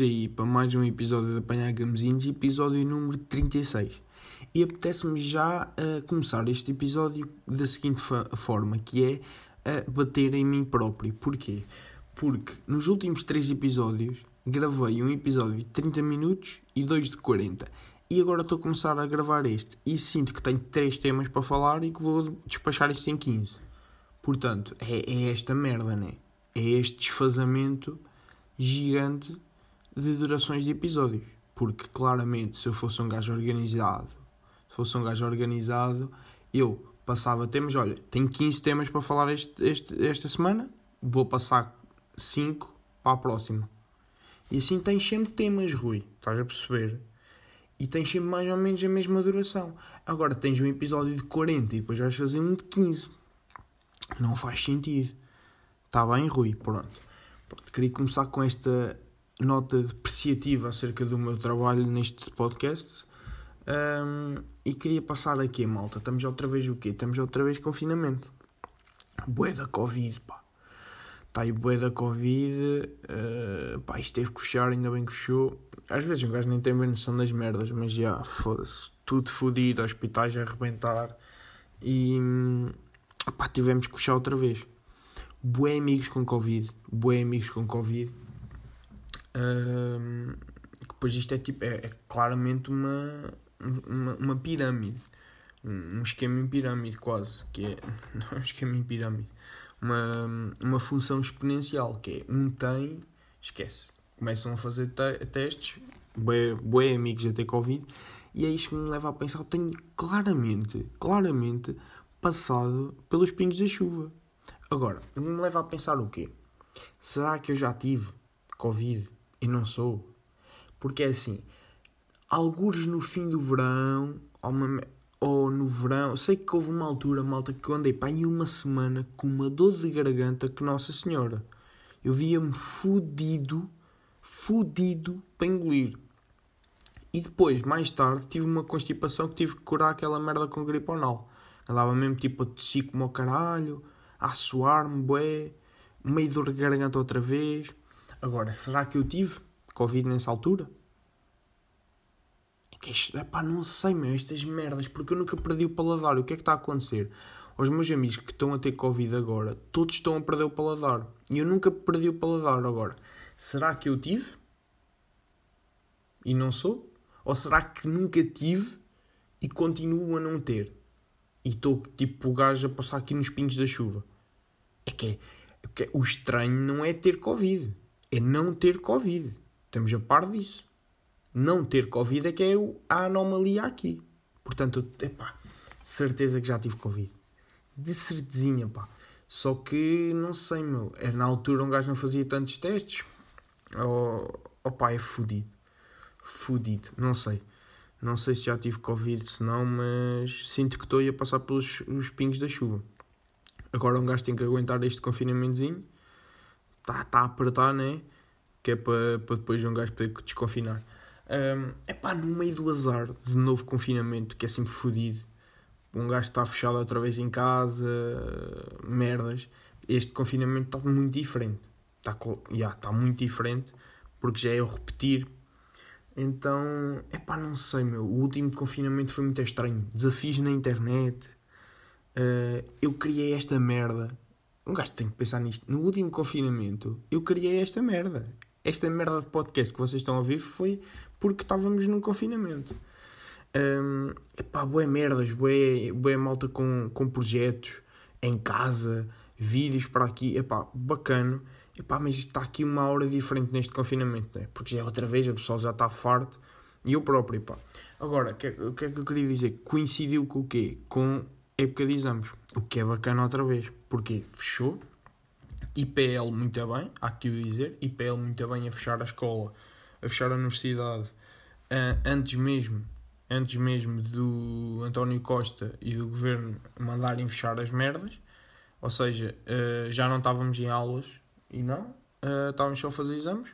aí para mais um episódio de Apanhar Gamezinhos, episódio número 36. E apetece-me já começar este episódio da seguinte forma, que é bater em mim próprio. Porquê? Porque nos últimos 3 episódios gravei um episódio de 30 minutos e 2 de 40. E agora estou a começar a gravar este e sinto que tenho 3 temas para falar e que vou despachar isto em 15. Portanto, é esta merda, né? É este desfazamento gigante de durações de episódios. Porque claramente, se eu fosse um gajo organizado, eu passava temas. Olha, tenho 15 temas para falar esta semana, vou passar 5 para a próxima. E assim tens sempre temas, Rui, estás a perceber? E tens sempre mais ou menos a mesma duração. Agora tens um episódio de 40 e depois vais fazer um de 15. Não faz sentido. Está bem, Rui? Pronto. Queria começar com esta nota depreciativa acerca do meu trabalho neste podcast. E queria passar aqui, malta. Estamos outra vez o quê? Estamos outra vez confinamento. Bué da Covid, pá. Está aí bué da Covid. Isto teve que fechar, ainda bem que fechou. Às vezes um gajo nem tem bem noção das merdas, mas já, foda-se. Tudo fodido, hospitais a arrebentar. E tivemos que fechar outra vez. Bué amigos com Covid. Depois isto é tipo, é claramente uma pirâmide. Um esquema em pirâmide quase. Que é, não é um esquema em pirâmide. Uma função exponencial, que é um tem, esquece. Começam a fazer testes, bué amigos a ter Covid, e é isto que me leva a pensar, eu tenho claramente passado pelos pingos da chuva. Agora, me leva a pensar o quê? Será que eu já tive Covid e não sou? Porque é assim, algures no fim do verão, ou no verão, sei que houve uma altura, malta, que eu andei para aí uma semana com uma dor de garganta que Nossa Senhora. Eu via-me fudido para engolir. E depois, mais tarde, tive uma constipação que tive que curar aquela merda com griponal. Andava mesmo tipo a tossir como ao caralho, a suar-me, bué, meio dor de garganta outra vez. Agora, será que eu tive Covid nessa altura? Não sei, estas merdas, porque eu nunca perdi o paladar. O que é que está a acontecer? Os meus amigos que estão a ter Covid agora, todos estão a perder o paladar. E eu nunca perdi o paladar agora. Será que eu tive? E não sou? Ou será que nunca tive e continuo a não ter? E estou tipo o gajo a passar aqui nos pingos da chuva. O estranho não é ter Covid. É não ter Covid. Estamos a par disso. Não ter Covid é que é a anomalia aqui. Portanto, de certeza que já tive Covid. De certezinha, pá. Só que, não sei, meu. Na altura um gajo não fazia tantos testes. É fodido. Fodido. Não sei. Não sei se já tive Covid, se não, mas sinto que estou a passar pelos os pingos da chuva. Agora um gajo tem que aguentar este confinamentozinho. Está a apertar, né? Que é para depois um gajo poder desconfinar. No meio do azar de novo confinamento, que é sempre fodido, um gajo está fechado outra vez em casa, merdas. Este confinamento está muito diferente, está muito diferente, porque já é eu repetir. Então, não sei, meu, o último confinamento foi muito estranho, desafios na internet. Eu criei esta merda, um gajo tem que pensar nisto. No último confinamento eu criei esta merda de podcast que vocês estão a ouvir foi porque estávamos num confinamento. Bué merdas, bué malta com projetos em casa, vídeos para aqui, bacana. Mas isto está aqui uma hora diferente neste confinamento, né? Porque já é outra vez, a pessoa já está farto, e eu próprio, Agora, o que é que eu queria dizer? Coincidiu com o quê? Com época de exames, o que é bacana outra vez, porque fechou. IPL muito bem, há que o dizer, IPL muito bem a fechar a escola, a fechar a universidade, antes mesmo do António Costa e do governo mandarem fechar as merdas, ou seja, já não estávamos em aulas e não, estávamos só a fazer exames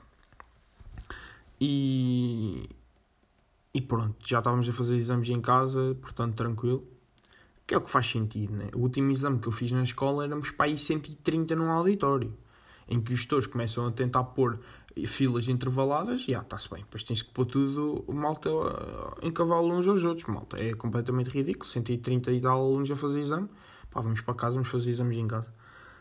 e pronto, já estávamos a fazer exames em casa, portanto tranquilo. Que é o que faz sentido, né? O último exame que eu fiz na escola éramos para aí 130 num auditório, em que os tutores começam a tentar pôr e filas intervaladas, está-se bem. Depois tens que pôr tudo, malta, em cavalo uns aos outros, malta. É completamente ridículo. 130 e tal alunos a fazer exame. Pá, vamos para casa, vamos fazer exames em casa.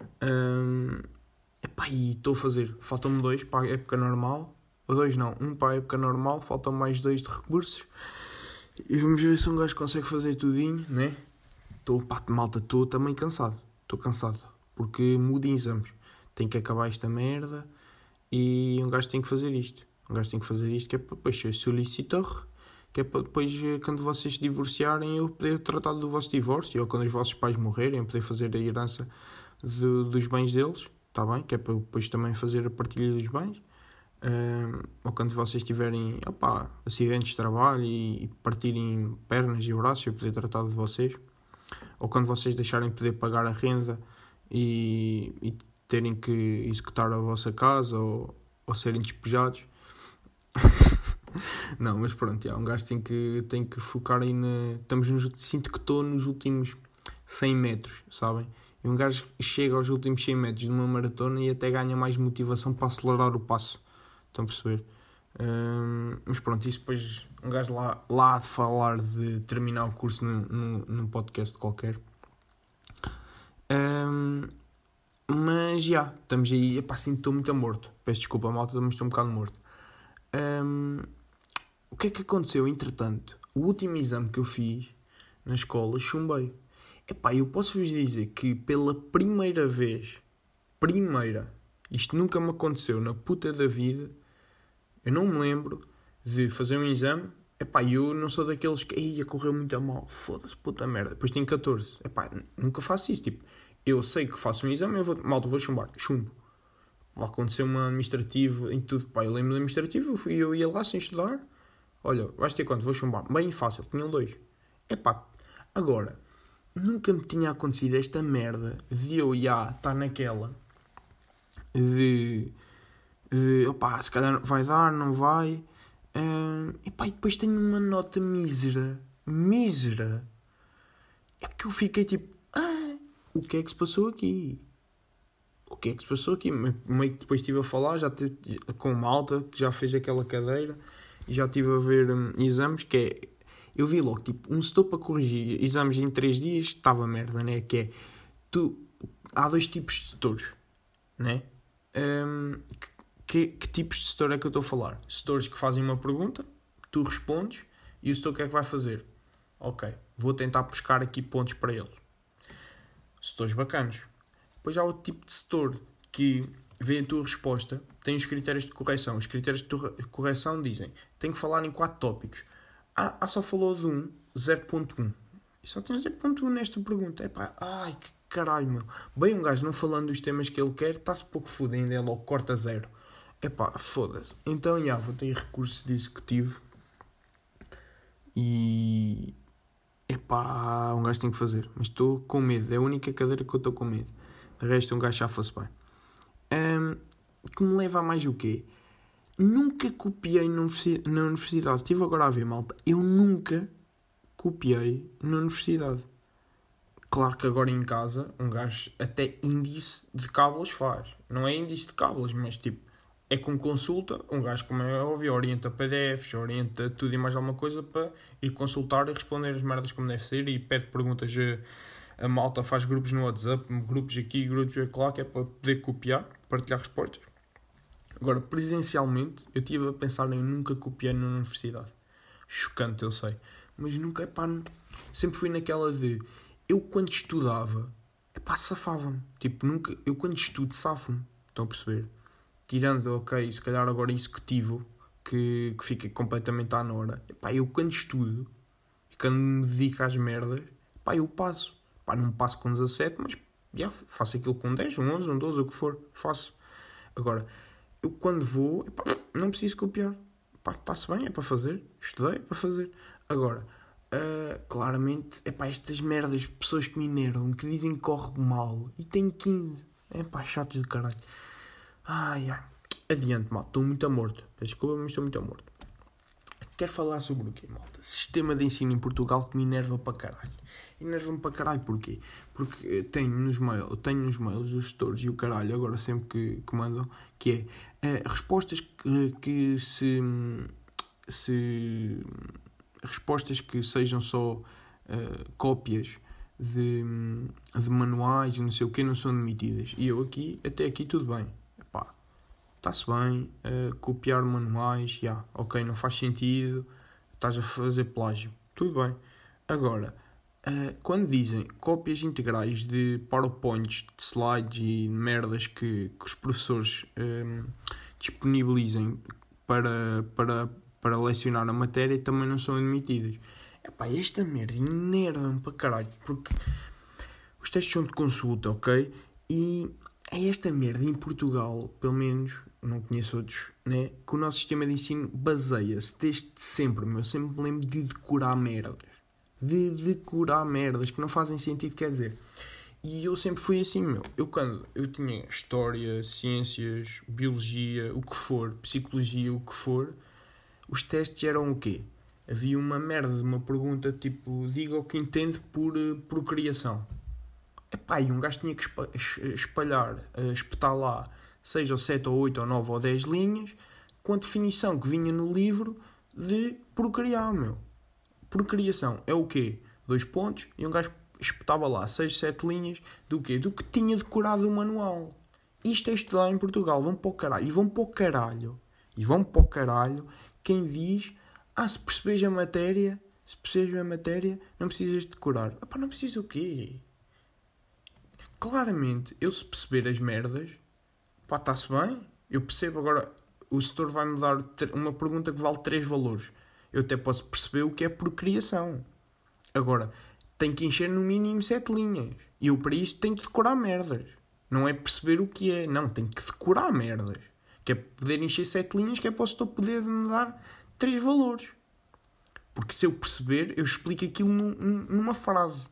E estou a fazer. Faltam-me 2 para a época normal. Ou 2 não, 1 para a época normal. Faltam mais 2 de recursos. E vamos ver se um gajo consegue fazer tudinho, né? Estou também cansado. Estou cansado. Porque mudo em exames. Tenho que acabar esta merda. E um gajo tem que fazer isto. Que é para depois ser solicitor. Que é para depois, quando vocês se divorciarem, eu poder tratar do vosso divórcio. Ou quando os vossos pais morrerem, eu poder fazer a herança dos bens deles. Está bem? Que é para depois também fazer a partilha dos bens. Ou quando vocês tiverem acidentes de trabalho e partirem pernas e braços, eu poder tratar de vocês. Ou quando vocês deixarem de poder pagar a renda e terem que executar a vossa casa ou serem despejados. Não, mas pronto, um gajo tem que focar aí sinto que estou nos últimos 100 metros, sabem? E um gajo chega aos últimos 100 metros de uma maratona e até ganha mais motivação para acelerar o passo. Estão a perceber? Mas pronto, isso depois um gajo lá de falar de terminar o curso num podcast qualquer. Mas estamos aí. Sinto que estou muito morto. Peço desculpa, malta, mas estou um bocado morto. O que é que aconteceu, entretanto? O último exame que eu fiz na escola, chumbei. Eu posso-vos dizer que pela primeira vez, isto nunca me aconteceu na puta da vida, eu não me lembro de fazer um exame, eu não sou daqueles que ia correr muito a mal, foda-se, puta merda, depois tenho 14, nunca faço isso, tipo, eu sei que faço um exame, vou chumbar, chumbo. Aconteceu um administrativo em tudo, eu lembro do administrativo, eu ia lá sem estudar, olha, vais ter quanto? Vou chumbar, bem fácil, tinham 2. Agora, nunca me tinha acontecido esta merda de eu estar naquela de se calhar vai dar, não vai, e depois tenho uma nota mísera, é que eu fiquei tipo, o que é que se passou aqui? Meio que depois estive a falar, com malta que já fez aquela cadeira e já estive a ver exames, que é, eu vi logo, tipo, um setor para corrigir exames em 3 dias, estava merda, né? Que é, há 2 tipos de setores, né? Que tipos de setor é que eu estou a falar? Setores que fazem uma pergunta, tu respondes, e o setor o que é que vai fazer? Ok, vou tentar pescar aqui pontos para ele. Setores bacanos. Depois há outro tipo de setor que vê a tua resposta, tem os critérios de correção. Os critérios de correção dizem, tem que falar em 4 tópicos. Só falou de 0.1. E só tem 0.1 nesta pergunta. Que caralho, meu. Bem, um gajo não falando dos temas que ele quer, está-se pouco fudido, ainda é logo corta 0. Foda-se. Então, vou ter recurso de executivo. E... um gajo tem que fazer. Mas estou com medo. É a única cadeira que eu estou com medo. De resto, um gajo já fosse bem. Que me leva a mais o quê? Nunca copiei na universidade. Estive agora a ver, malta. Eu nunca copiei na universidade. Claro que agora em casa, um gajo até índice de cábulas faz. Não é índice de cábulas, mas tipo, é com consulta. Um gajo, como é óbvio, orienta PDFs, orienta tudo e mais alguma coisa para ir consultar e responder as merdas como deve ser. E pede perguntas a malta, faz grupos no WhatsApp, grupos aqui, grupos lá, que é para poder copiar, partilhar respostas. Agora, presencialmente, eu estive a pensar em nunca copiar na universidade. Chocante, eu sei. Mas nunca, sempre fui naquela de... Eu, quando estudava, safava-me. Tipo, nunca... Eu, quando estudo, safo-me. Estão a perceber? Tirando, ok, se calhar agora executivo, que fica completamente à nora. Eu, quando estudo, e quando me dedico às merdas, eu passo. Não passo com 17, mas faço aquilo com 10, 11, 12, o que for. Faço. Agora... Eu quando vou, não preciso copiar. Está-se bem, é para fazer. Estudei, é para fazer. Agora, claramente, estas merdas, pessoas que me enervam, que dizem que corre mal, e tenho 15. Chatos de caralho. Adiante, malta. Estou muito morto. Desculpa, mas estou muito morto. Quero falar sobre o quê, malta? Sistema de ensino em Portugal que me enerva para caralho. enerva-me para caralho. Porquê? Porque tenho nos mails dos gestores e o caralho, agora sempre que mandam, que é respostas que respostas que sejam só cópias de manuais e não sei o que não são admitidas. E eu até aqui tudo bem. Epá, está-se bem, copiar manuais, ok, não faz sentido, estás a fazer plágio, tudo bem. Agora, quando dizem cópias integrais de PowerPoints, de slides e merdas que os professores disponibilizem para lecionar a matéria, também não são admitidas. Epá, esta merda enerva-me para caralho, porque os testes são de consulta, ok? E é esta merda em Portugal, pelo menos, não conheço outros, né? Que o nosso sistema de ensino baseia-se desde sempre, eu sempre me lembro de decorar merdas. Que não fazem sentido, quer dizer. E eu sempre fui assim, quando eu tinha história, ciências, biologia, o que for, psicologia, o que for, os testes eram o quê? Havia uma merda de uma pergunta tipo, diga o que entende por procriação. Epá, e um gajo tinha que espetar lá 6 ou 7 ou 8 ou 9 ou 10 linhas com a definição que vinha no livro de procriar, Procriação é o quê? 2 pontos e um gajo espetava lá 6, 7 linhas do quê? Do que tinha decorado o manual. Isto é estudar em Portugal. Vão para o caralho. E vão para o caralho quem diz se percebes a matéria, não precisas de decorar. Epá, não precisas o quê? Claramente, eu se perceber as merdas, pá, está-se bem. Eu percebo agora, o setor vai-me dar uma pergunta que vale 3 valores. Eu até posso perceber o que é procriação. Agora, tenho que encher no mínimo 7 linhas. E eu para isto tenho que decorar merdas. Não é perceber o que é. Não, tenho que decorar merdas. Que é poder encher 7 linhas, que é para o setor poder me dar 3 valores. Porque se eu perceber, eu explico aquilo numa frase.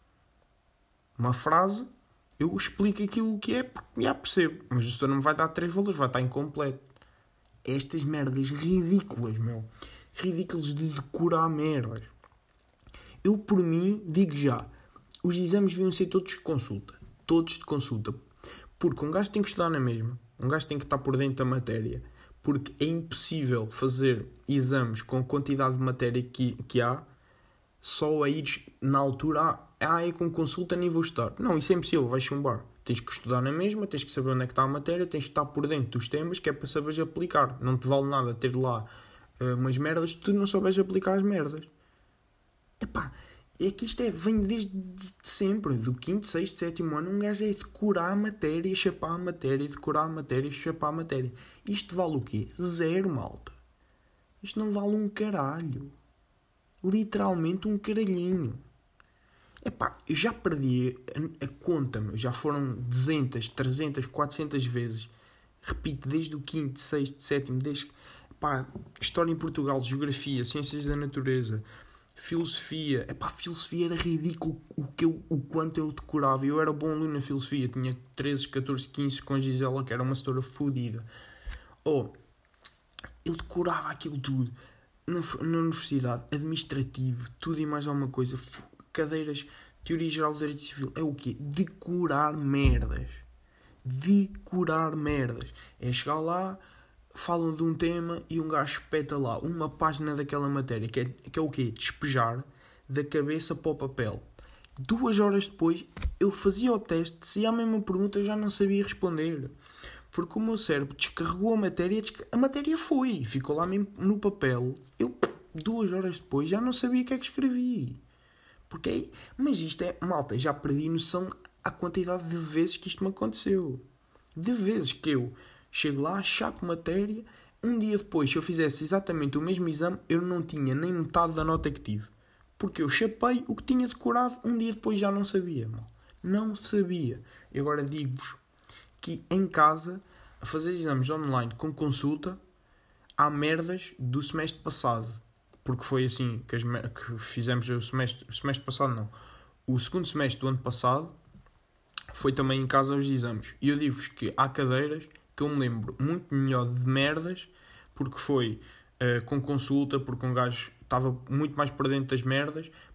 Uma frase, eu explico aquilo que é, porque já percebo. Mas o setor não me vai dar 3 valores, vai estar incompleto. Estas merdas ridículas, ridículos de decorar merdas. Eu, por mim, digo já, os exames deviam ser todos de consulta. Porque um gajo tem que estudar na mesma. Um gajo tem que estar por dentro da matéria. Porque é impossível fazer exames com a quantidade de matéria que há só a ir na altura. É com consulta nem vou estudar. Não, isso é impossível, vais chumbar. Tens que estudar na mesma, tens que saber onde é que está a matéria, tens que estar por dentro dos temas, que é para saberes aplicar. Não te vale nada ter lá umas merdas se tu não souberes aplicar as merdas. Epá, é que isto vem desde sempre, do 5º, 6º, 7º ano, um gajo é decorar a matéria, chapar a matéria, decorar a matéria, chapar a matéria. Isto vale o quê? 0, malta. Isto não vale um caralho. Literalmente um caralhinho. Epá, eu já perdi a conta, já foram 200, 300, 400 vezes. Repito, desde o 5º, 6º, 7º, desde História em Portugal, Geografia, Ciências da Natureza, Filosofia. Filosofia era ridículo o quanto eu decorava. Eu era bom aluno na Filosofia, tinha 13, 14, 15 com a Gisela, que era uma setora fodida. Eu decorava aquilo tudo. Na universidade, administrativo, tudo e mais alguma coisa. Cadeiras, Teoria Geral do Direito Civil. É o quê? Decorar merdas. É chegar lá, falam de um tema e um gajo espeta lá uma página daquela matéria, que é o quê? Despejar da cabeça para o papel. 2 horas depois, eu fazia o teste, se a mesma pergunta eu já não sabia responder. Porque o meu cérebro descarregou a matéria foi, ficou lá mesmo no papel. Eu, 2 horas depois, já não sabia o que é que escrevi. Mas isto malta, já perdi noção à quantidade de vezes que isto me aconteceu. De vezes que eu chego lá, chapo matéria, um dia depois, se eu fizesse exatamente o mesmo exame, eu não tinha nem metade da nota que tive. Porque eu chapei o que tinha decorado, um dia depois já não sabia. Não sabia. E agora digo-vos que em casa, a fazer exames online com consulta, há merdas do semestre passado. Porque foi assim que fizemos o semestre passado não. O segundo semestre do ano passado foi também em casa os exames. E eu digo-vos que há cadeiras que eu me lembro muito melhor de merdas, porque foi com consulta, porque um gajo estava muito mais por dentro das merdas,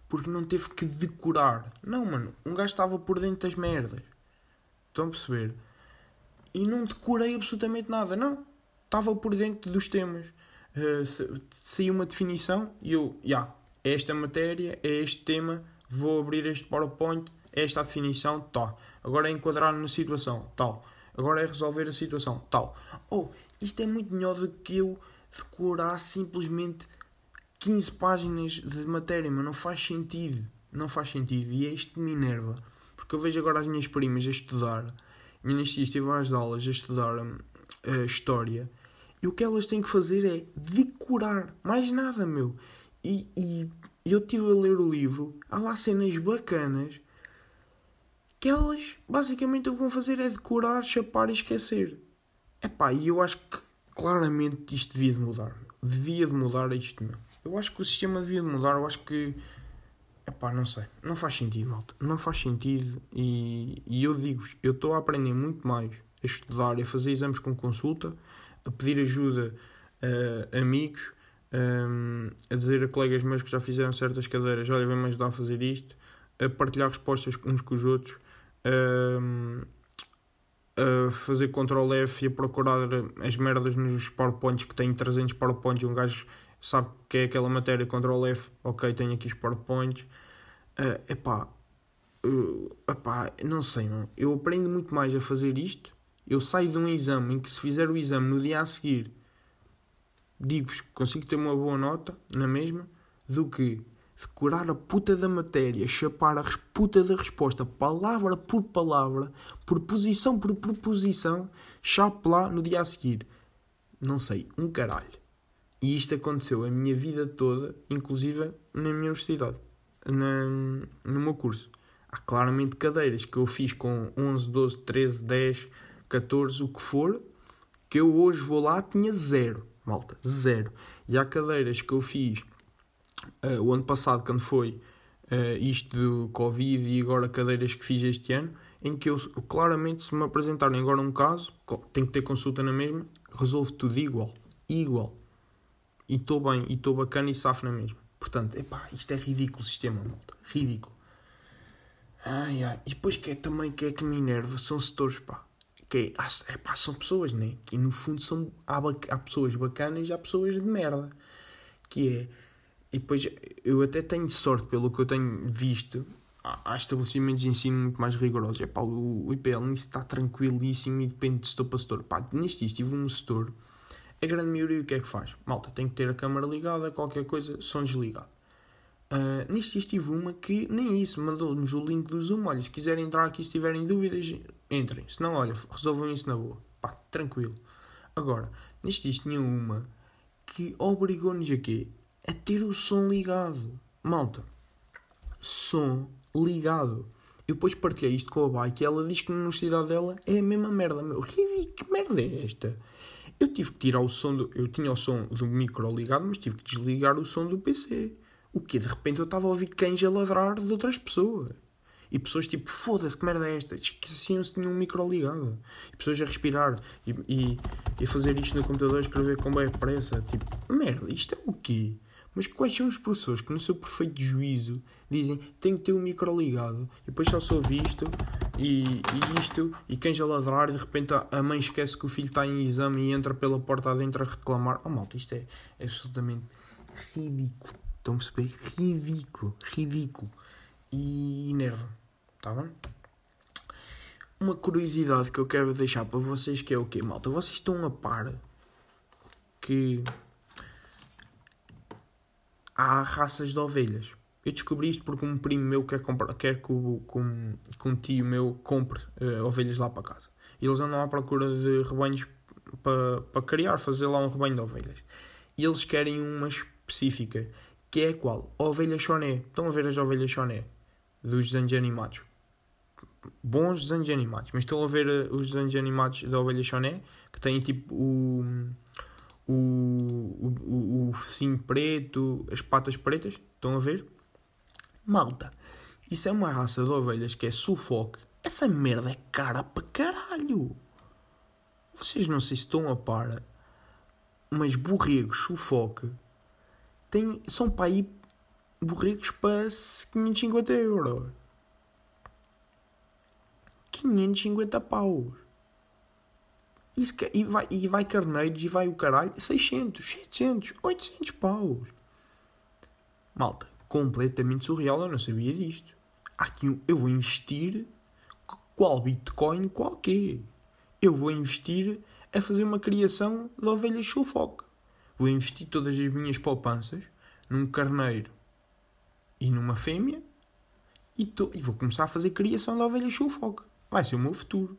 porque não teve que decorar. Não, mano, um gajo estava por dentro das merdas. Estão a perceber? E não decorei absolutamente nada, não. Estava por dentro dos temas. Saiu uma definição e eu, é esta matéria, é este tema, vou abrir este PowerPoint, é esta a definição, tal. Agora é enquadrar na situação, tal. Agora é resolver a situação, tal. Isto é muito melhor do que eu decorar simplesmente 15 páginas de matéria, mas não faz sentido. Não faz sentido. E é isto que me enerva. Porque eu vejo agora as minhas primas a estudar. E neste dia estive às aulas a estudar História. E o que elas têm que fazer é decorar. Mais nada, meu. E eu estive a ler o livro. Há lá cenas bacanas que elas, basicamente, o que vão fazer é decorar, chapar e esquecer. E eu acho que claramente isto devia de mudar. Devia de mudar isto, meu. Eu acho que o sistema devia de mudar. Eu acho que... não sei. Não faz sentido, malta. Não faz sentido. E eu digo-vos, eu estou a aprender muito mais a estudar, a fazer exames com consulta, a pedir ajuda a amigos, a dizer a colegas meus que já fizeram certas cadeiras, olha, vem-me ajudar a fazer isto, a partilhar respostas uns com os outros, a fazer Ctrl F e a procurar as merdas nos PowerPoints, que têm 300 PowerPoints e um gajo sabe que é aquela matéria, Ctrl F, ok, tenho aqui os PowerPoints. Não sei, mano. Eu aprendo muito mais a fazer isto. Eu saio de um exame em que, se fizer o exame no dia a seguir, digo-vos que consigo ter uma boa nota na mesma, do que decorar a puta da matéria, chapar a puta da resposta, palavra por palavra, proposição por proposição, chapo lá no dia a seguir. Não sei, um caralho. E isto aconteceu a minha vida toda, inclusive na minha universidade, no meu curso. Há claramente cadeiras que eu fiz com 11, 12, 13, 10, 14, o que for, que eu hoje vou lá, tinha 0, malta, 0. E há cadeiras que eu fiz o ano passado, quando foi isto do Covid, e agora cadeiras que fiz este ano, em que eu claramente, se me apresentarem agora um caso, tenho que ter consulta na mesma, resolvo tudo igual. E estou bem, e estou bacana e safo na mesma. Portanto, isto é ridículo o sistema, malta. Ridículo. E depois que é que me enerva, são setores, são pessoas, né? Que no fundo há pessoas bacanas e há pessoas de merda. E depois eu até tenho sorte, pelo que eu tenho visto, há estabelecimentos de ensino muito mais rigorosos. O IPL nisso está tranquilíssimo e depende de setor para setor. Neste tive um setor, a grande maioria o que é que faz? Malta, tem que ter a câmara ligada, qualquer coisa, som desligado. Neste tive uma que nem isso, mandou-nos o link do Zoom. Olha, se quiserem entrar aqui, se tiverem dúvidas, entrem. Se não, olha, resolvam isso na boa. Tranquilo. Agora, neste tinha uma que obrigou-nos a quê? A ter o som ligado. Malta, som ligado. Eu depois partilhei isto com a Bike e ela diz que na universidade dela é a mesma merda. Meu, ridículo, que merda é esta? Eu tive que tirar o som eu tinha o som do micro ligado, mas tive que desligar o som do PC. O quê? De repente eu estava a ouvir cães a ladrar de outras pessoas. E pessoas tipo, foda-se, que merda é esta? Esqueciam-se que tinham um micro ligado. E pessoas a respirar e a fazer isto no computador, a escrever com bem pressa. Tipo, merda, isto é o quê? Mas quais são os professores que, no seu perfeito juízo, dizem tenho que ter o micro ligado, e depois só se ouve isto e cães a ladrar, e de repente a mãe esquece que o filho está em exame e entra pela porta adentro a reclamar. Malta, isto é absolutamente ridículo. Estão a perceber? Ridículo. E enerva. Está bem? Uma curiosidade que eu quero deixar para vocês, que é o quê, malta? Vocês estão a par que há raças de ovelhas. Eu descobri isto porque um primo meu quer que um tio meu compre ovelhas lá para casa. E eles andam à procura de rebanhos para criar, fazer lá um rebanho de ovelhas. E eles querem uma específica, que é qual? Ovelha choné. Estão a ver as ovelhas choné dos desenhos animados? Bons desenhos animados. Mas estão a ver os desenhos animados da ovelha choné, que têm tipo o focinho preto, as patas pretas? Estão a ver? Malta, isso é uma raça de ovelhas que é Suffolk. Essa merda é cara para caralho. Vocês não sei se estão a par, mas borregos Suffolk são para aí borregos para 550 euros. 550 paus. E vai carneiros e vai o caralho. 600, 700, 800 paus. Malta, completamente surreal. Eu não sabia disto. Eu vou investir qual Bitcoin qualquer. Eu vou investir a fazer uma criação de ovelhas sulfoque. Vou investir todas as minhas poupanças num carneiro e numa fêmea e vou começar a fazer criação de ovelhas sulfoque. Vai ser o meu futuro.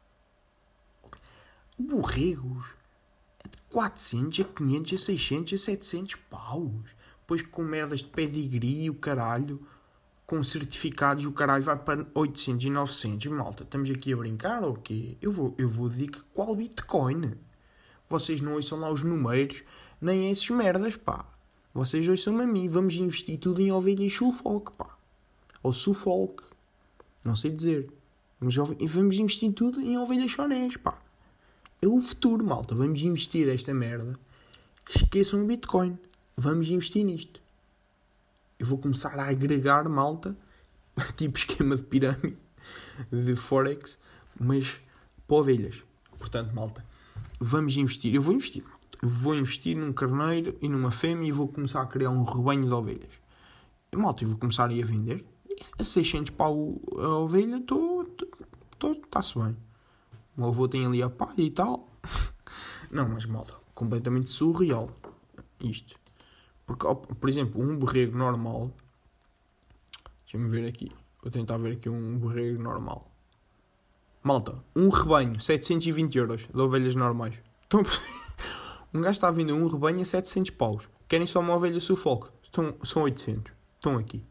Borregos é de 400 a 500 a 600 a 700 paus. Depois com merdas de pedigree e o caralho, com certificados o caralho vai para 800 e 900. Malta, estamos aqui a brincar ou quê? Eu vou dizer que qual Bitcoin? Vocês não ouçam lá os números, nem esses merdas, pá. Vocês ouçam-me a mim. Vamos investir tudo em ovelhas sulfoque, pá. Ou Suffolk. Não sei dizer. Mas vamos investir tudo em ovelhas chonés, pá. É o futuro, malta. Vamos investir esta merda. Esqueçam o Bitcoin. Vamos investir nisto. Eu vou começar a agregar, malta, tipo esquema de pirâmide, de Forex, mas para ovelhas. Portanto, malta, vamos investir. Eu vou investir, malta. Eu vou investir num carneiro e numa fêmea e vou começar a criar um rebanho de ovelhas. E, malta, eu vou começar a ir a vender. A 600 para a ovelha, está-se bem. O meu avô tem ali a pá e tal. Não, mas, malta, completamente surreal. Isto. Porque, por exemplo, um borrego normal... Deixa-me ver aqui. Vou tentar ver aqui um borrego normal. Malta, um rebanho, 720 euros de ovelhas normais. Então, um gajo está a vender um rebanho a 700 paus. Querem só uma ovelha Suffolk? São 800. Estão aqui.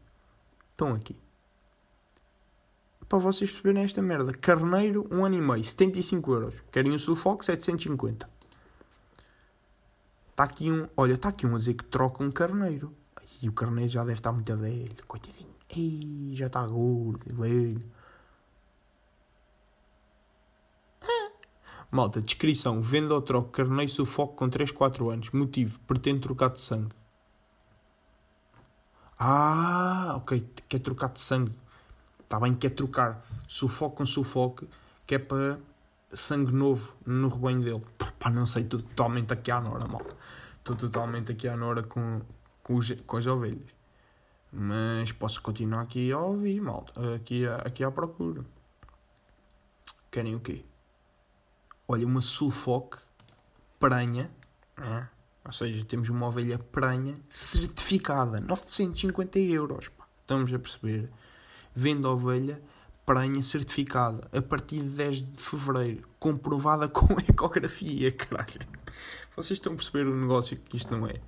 Para vocês perceberem esta merda. Carneiro, 1 ano e meio, 75 euros. Querem um Suffolk, 750. Está aqui um a dizer que troca um carneiro. E o carneiro já deve estar muito velho. Coitadinho. Ei, já está gordo, velho. Malta, descrição. Venda ou troca carneiro Suffolk com 3, 4 anos. Motivo, pretende trocar de sangue. Ok. Quer trocar de sangue. Está bem, quer trocar Suffolk com Suffolk, que é para sangue novo no rebanho dele. Pá, não sei, estou totalmente aqui à nora, malta. Estou totalmente aqui à nora com as ovelhas. Mas posso continuar aqui a ouvir, malta. Aqui à procura. Querem o quê? Olha, uma Suffolk pranha. Ou seja, temos uma ovelha pranha certificada. 950 euros. Pá. Estamos a perceber? Venda ovelha pranha certificada a partir de 10 de fevereiro, comprovada com ecografia, caralho. Vocês estão a perceber o negócio que isto não é?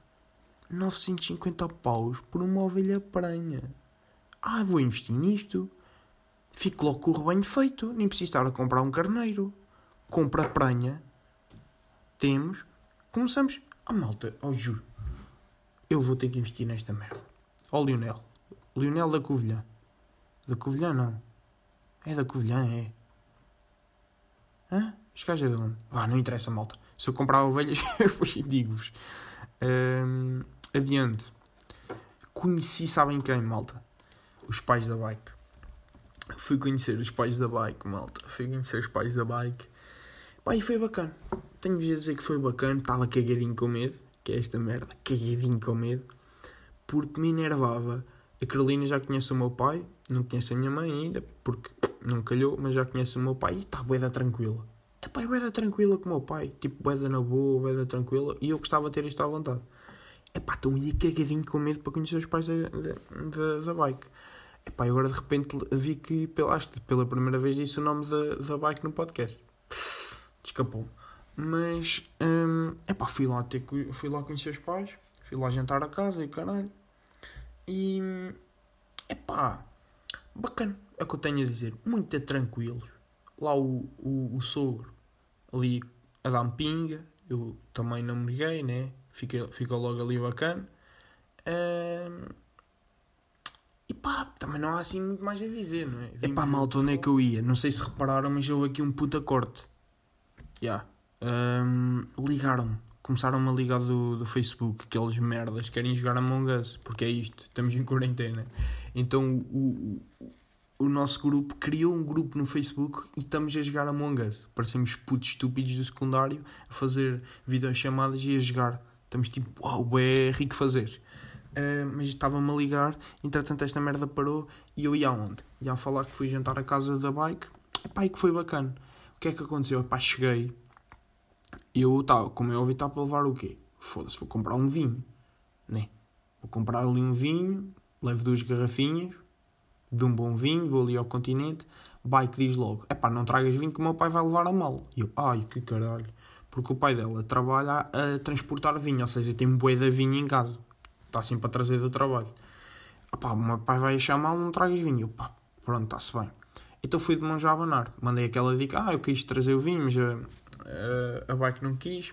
950 paus por uma ovelha pranha. Vou investir nisto. Fico logo com o rebanho feito. Nem preciso estar a comprar um carneiro. Compra a pranha. Começamos. Malta, juro. Eu vou ter que investir nesta merda. Lionel da Covilhã. Da Covilhã não. É da Covilhã, é. Este gajo é de onde? Não interessa, malta. Se eu comprar ovelhas, depois digo-vos. Adiante. Conheci, sabem quem, malta? Os pais da bike. Fui conhecer os pais da bike, malta. Pá, e foi bacana. Tenho de dizer que foi bacana. Estava cagadinho com medo. Que é esta merda. Cagadinho com medo. Porque me enervava. A Carolina já conhece o meu pai. Não conhece a minha mãe ainda. Porque não calhou. Mas já conhece o meu pai. E está bué tranquila. É bué tranquila com o meu pai. Tipo, bué na boa, bué tranquila. E eu gostava de ter isto à vontade. Então ia cagadinho com medo para conhecer os pais da bike. Agora de repente vi que pela primeira vez disse o nome da bike no podcast. Escapou. Mas, fui lá conhecer os pais. Fui lá jantar a casa e caralho. E, bacana. É o que eu tenho a dizer. Muito tranquilos. Lá o sogro ali a dar-me pinga. Eu também não me liguei, né? Ficou logo ali bacana. Também não há assim muito mais a dizer, não é? Malta, onde é que eu ia? Não sei se repararam, mas houve aqui um puta corte. Ligaram-me começaram-me a ligar do Facebook, aqueles merdas, querem jogar Among Us, porque é isto, estamos em quarentena. Então o nosso grupo criou um grupo no Facebook e estamos a jogar Among Us. Parecemos putos estúpidos do secundário a fazer videochamadas e a jogar. Estamos tipo, uau, é rico fazer. Mas estava-me a ligar, entretanto esta merda parou e eu ia aonde? Ia a falar que fui jantar à casa da Bike, e que foi bacana. O que é que aconteceu? Cheguei, eu, como é óbvio, estava para levar o quê? Foda-se, vou comprar um vinho, né? Vou comprar ali um vinho, levo 2 garrafinhas de um bom vinho, vou ali ao Continente. Bike diz logo, não tragas vinho que o meu pai vai levar a mal. E eu, que caralho, porque o pai dela trabalha a transportar vinho, ou seja, tem um bué de vinho em casa. Está sempre a trazer do trabalho. O meu pai vai achar mal, não tragas vinho. Eu, pronto, está-se bem. Então fui de mão já a abanar. Mandei aquela dica, eu quis trazer o vinho, mas a Bike não quis.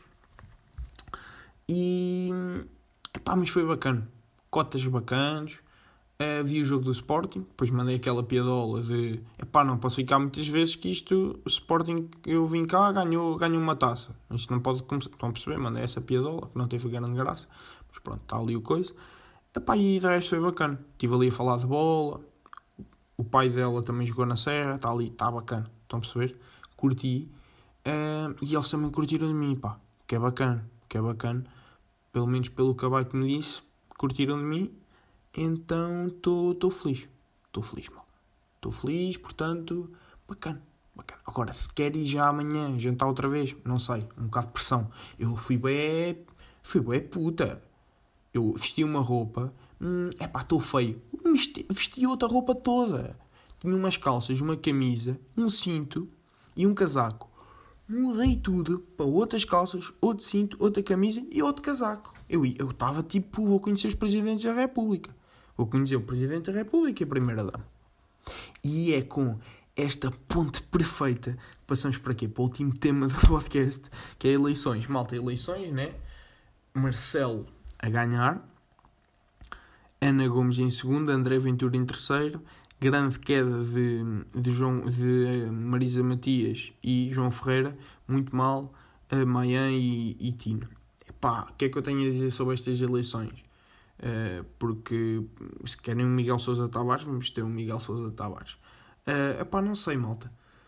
E, mas foi bacana. Cotas bacanas. Vi o jogo do Sporting. Depois mandei aquela piadola de, não posso ficar muitas vezes que isto, o Sporting que eu vim cá, ganhou uma taça. Isto não pode começar. Estão a perceber? Mandei essa piadola, que não teve grande graça. Mas pronto, está ali o coisa. E de resto foi bacana. Estive ali a falar de bola. O pai dela também jogou na Serra. Está ali, está bacana. Estão a perceber? Curti. E eles também curtiram de mim, que é bacana. Pelo menos pelo que a Bike me disse, curtiram de mim. Então estou feliz. Estou feliz, portanto, bacana. Agora, se quer ir já amanhã jantar outra vez, não sei, um bocado de pressão. Eu fui bué puta. Eu vesti uma roupa, estou feio. Vesti outra roupa toda. Tinha umas calças, uma camisa, um cinto e um casaco. Mudei tudo para outras calças, outro cinto, outra camisa e outro casaco. Eu estava tipo, vou conhecer os presidentes da República. Vou conhecer o Presidente da República e a Primeira-Dama. E é com esta ponte perfeita que passamos para quê? Para o último tema do podcast, que é eleições. Malta, eleições, né? Marcelo a ganhar, Ana Gomes em segundo, André Ventura em terceiro, grande queda de Marisa Matias e João Ferreira, muito mal, Mayan e Tino. O que é que eu tenho a dizer sobre estas eleições? Porque se querem um Miguel Sousa Tavares, vamos ter um Miguel Sousa Tavares. Não sei, malta.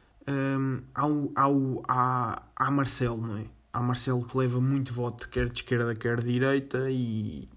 Há Marcelo, não é? Há Marcelo que leva muito voto, quer de esquerda, quer de direita, e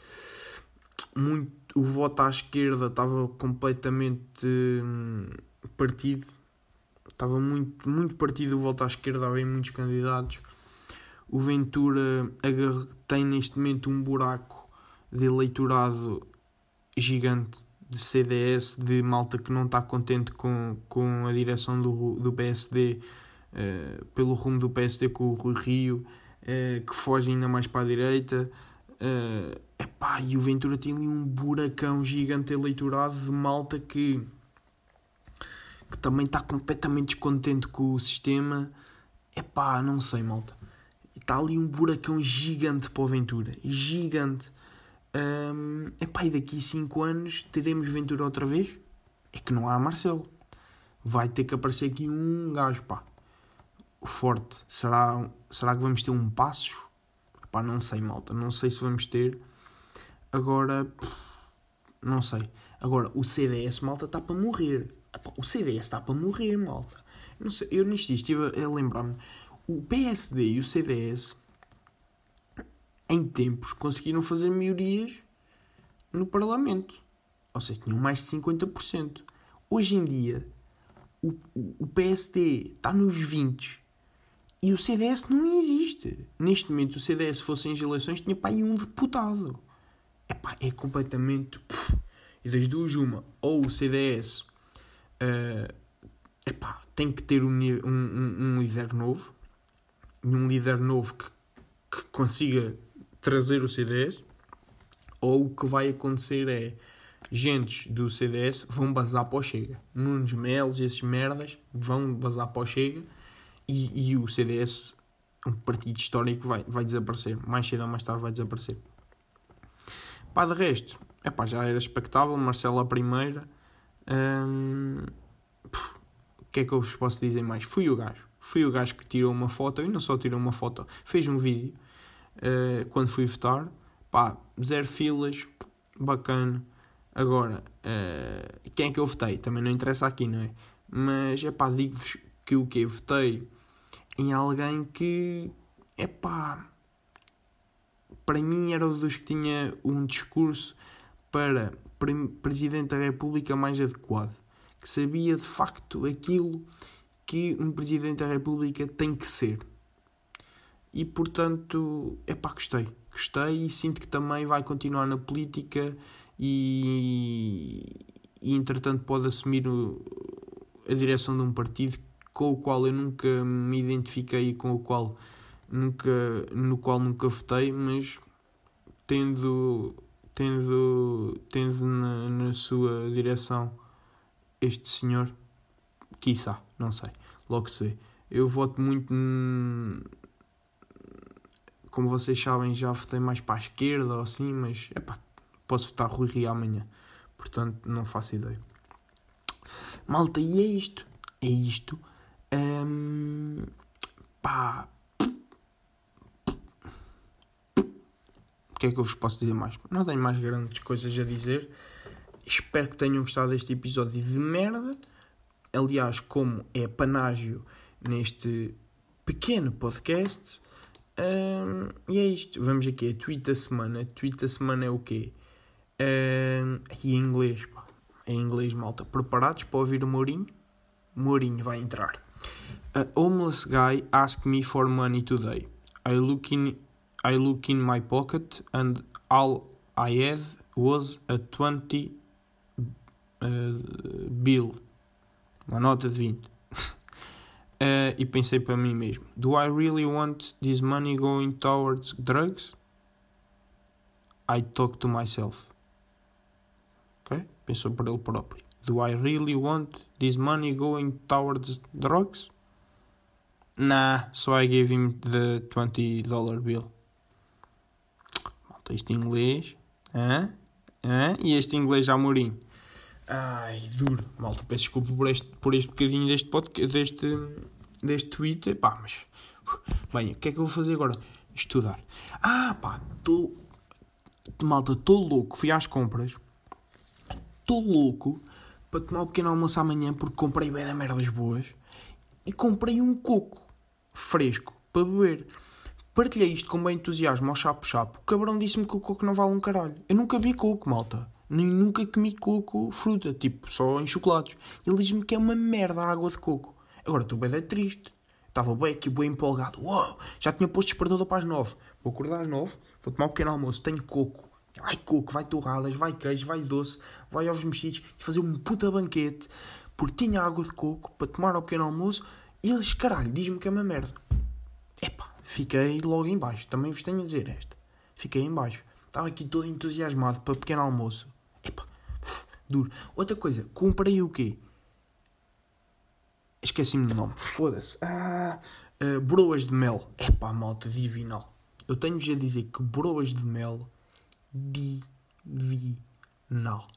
o voto à esquerda estava completamente partido. Estava muito partido o voto à esquerda, havia muitos candidatos. O Ventura tem neste momento um buraco de eleitorado gigante, de CDS, de malta que não está contente com a direção do PSD, pelo rumo do PSD com o Rui Rio, que foge ainda mais para a direita. E o Ventura tem ali um buracão gigante eleitorado de malta que também está completamente descontente com o sistema. Não sei, malta. Está ali um buracão gigante para o Ventura. Gigante. E daqui a 5 anos teremos Ventura outra vez? É que não há Marcelo. Vai ter que aparecer aqui um gajo, forte. Será que vamos ter um Passos? Não sei, malta. Não sei se vamos ter. Agora, não sei. Agora, o CDS, malta, está para morrer. O CDS está para morrer, malta. Não sei, eu nisto estive a lembrar-me. O PSD e o CDS, em tempos, conseguiram fazer maiorias no Parlamento. Ou seja, tinham mais de 50%. Hoje em dia, o PSD está nos 20%. E o CDS não existe. Neste momento, o CDS, se fossem as eleições, tinha um deputado. É completamente... E das duas, uma. Ou o CDS tem que ter um líder novo. E um líder novo que consiga trazer o CDS. Ou o que vai acontecer é... Gentes do CDS vão bazar para o Chega. Nunes Melos e esses merdas vão bazar para o Chega. E o CDS, um partido histórico, vai desaparecer. Mais cedo ou mais tarde vai desaparecer. De resto, já era expectável. Marcelo a primeira. O que é que eu vos posso dizer mais? Fui o gajo que tirou uma foto. E não só tirou uma foto, fez um vídeo quando fui votar. Pá, 0 filas, bacana. Agora, quem é que eu votei? Também não interessa aqui, não é? Mas, digo-vos que o quê? Votei em alguém que, para mim era um dos que tinha um discurso para Presidente da República mais adequado. Que sabia, de facto, aquilo que um Presidente da República tem que ser. E, portanto, gostei. Gostei e sinto que também vai continuar na política e entretanto, pode assumir a direção de um partido com o qual eu nunca me identifiquei e no qual nunca votei, mas tendo na sua direção este senhor, quiçá, não sei, logo se vê. Eu voto muito, como vocês sabem, já votei mais para a esquerda ou assim, mas posso votar Rui Rio amanhã, portanto não faço ideia. Malta, e é isto. O que é que eu vos posso dizer mais? Não tenho mais grandes coisas a dizer. Espero que tenham gostado deste episódio de merda. Aliás, como é panágio neste pequeno podcast. E é isto. Vamos aqui. A tweet da semana. Tweet da semana é o quê? E em inglês. Em inglês, malta. Preparados para ouvir o Mourinho? Mourinho vai entrar. A homeless guy asked me for money today. I look in my pocket and all I had was a 20 bill. Uma nota de 20. E pensei para mim mesmo, do I really want this money going towards drugs? I talk to myself. Ok? Pensou para ele próprio. Do I really want this money going towards drugs? Nah, so I gave him the $20 bill. Malta, este inglês. E este inglês já Mourinho. Ai, duro. Malta, peço desculpa por este bocadinho deste tweet. Mas... Bem, o que é que eu vou fazer agora? Estudar. Malta, estou louco. Fui às compras. Estou louco para tomar um pequeno almoço amanhã porque comprei bem da merdas boas. E comprei um coco fresco para beber. Partilhei isto com bem entusiasmo ao chapo-chapo. O cabrão disse-me que o coco não vale um caralho. Eu nunca vi coco, malta. Nem nunca comi coco fruta, tipo, só em chocolates. Ele diz-me que é uma merda a água de coco. Agora estou bem triste. Estava bem aqui, bem empolgado. Uau, já tinha posto despertador para as 9. Vou acordar às 9, vou tomar um pequeno almoço. Tenho coco. Vai coco, vai torradas, vai queijo, vai doce, vai ovos mexidos. E fazer um puta banquete. Porque tinha água de coco para tomar ao pequeno almoço. E eles, caralho, diz-me que é uma merda. Fiquei logo em baixo. Também vos tenho a dizer esta. Fiquei em baixo. Estava aqui todo entusiasmado para pequeno almoço. Duro. Outra coisa, comprei o quê? Esqueci-me do nome. Foda-se. Broas de mel. Malta, divinal. Eu tenho-vos a dizer que broas de mel, divinal.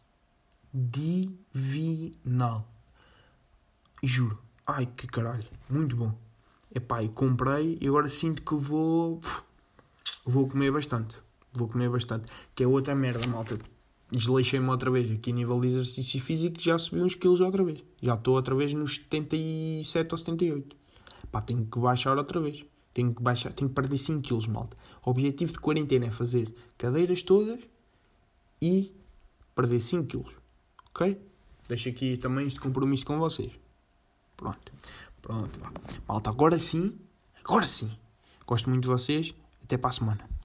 Divinal. Juro. Ai, que caralho. Muito bom. Eu comprei e agora sinto que vou comer bastante. Que é outra merda, malta. Desleixei-me outra vez. Aqui a nível de exercício físico já subi uns quilos outra vez. Já estou outra vez nos 77 ou 78. Tenho que baixar outra vez. Tenho que perder 5 quilos, malta. O objetivo de quarentena é fazer cadeiras todas e perder 5 quilos. Ok? Deixo aqui também este compromisso com vocês. Pronto, vá. Malta, agora sim. Gosto muito de vocês. Até para a semana.